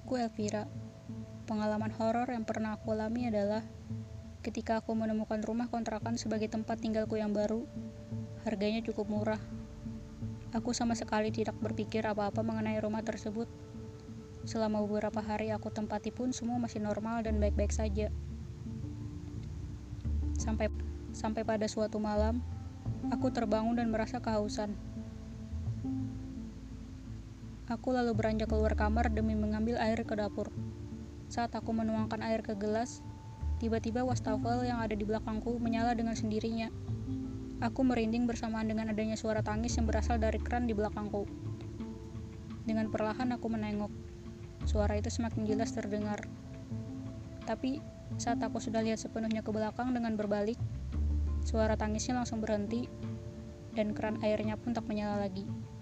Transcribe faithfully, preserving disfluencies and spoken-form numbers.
Namaku Elvira. Pengalaman horor yang pernah aku alami adalah ketika aku menemukan rumah kontrakan sebagai tempat tinggalku yang baru. Harganya cukup murah. Aku sama sekali tidak berpikir apa-apa mengenai rumah tersebut. Selama beberapa hari aku tempati pun semua masih normal dan baik-baik saja. Sampai sampai pada suatu malam, aku terbangun dan merasa kehausan. Aku lalu beranjak keluar kamar demi mengambil air ke dapur. Saat aku menuangkan air ke gelas, tiba-tiba wastafel yang ada di belakangku menyala dengan sendirinya. Aku merinding bersamaan dengan adanya suara tangis yang berasal dari keran di belakangku. Dengan perlahan aku menengok. Suara itu semakin jelas terdengar. Tapi saat aku sudah lihat sepenuhnya ke belakang dengan berbalik, suara tangisnya langsung berhenti dan keran airnya pun tak menyala lagi.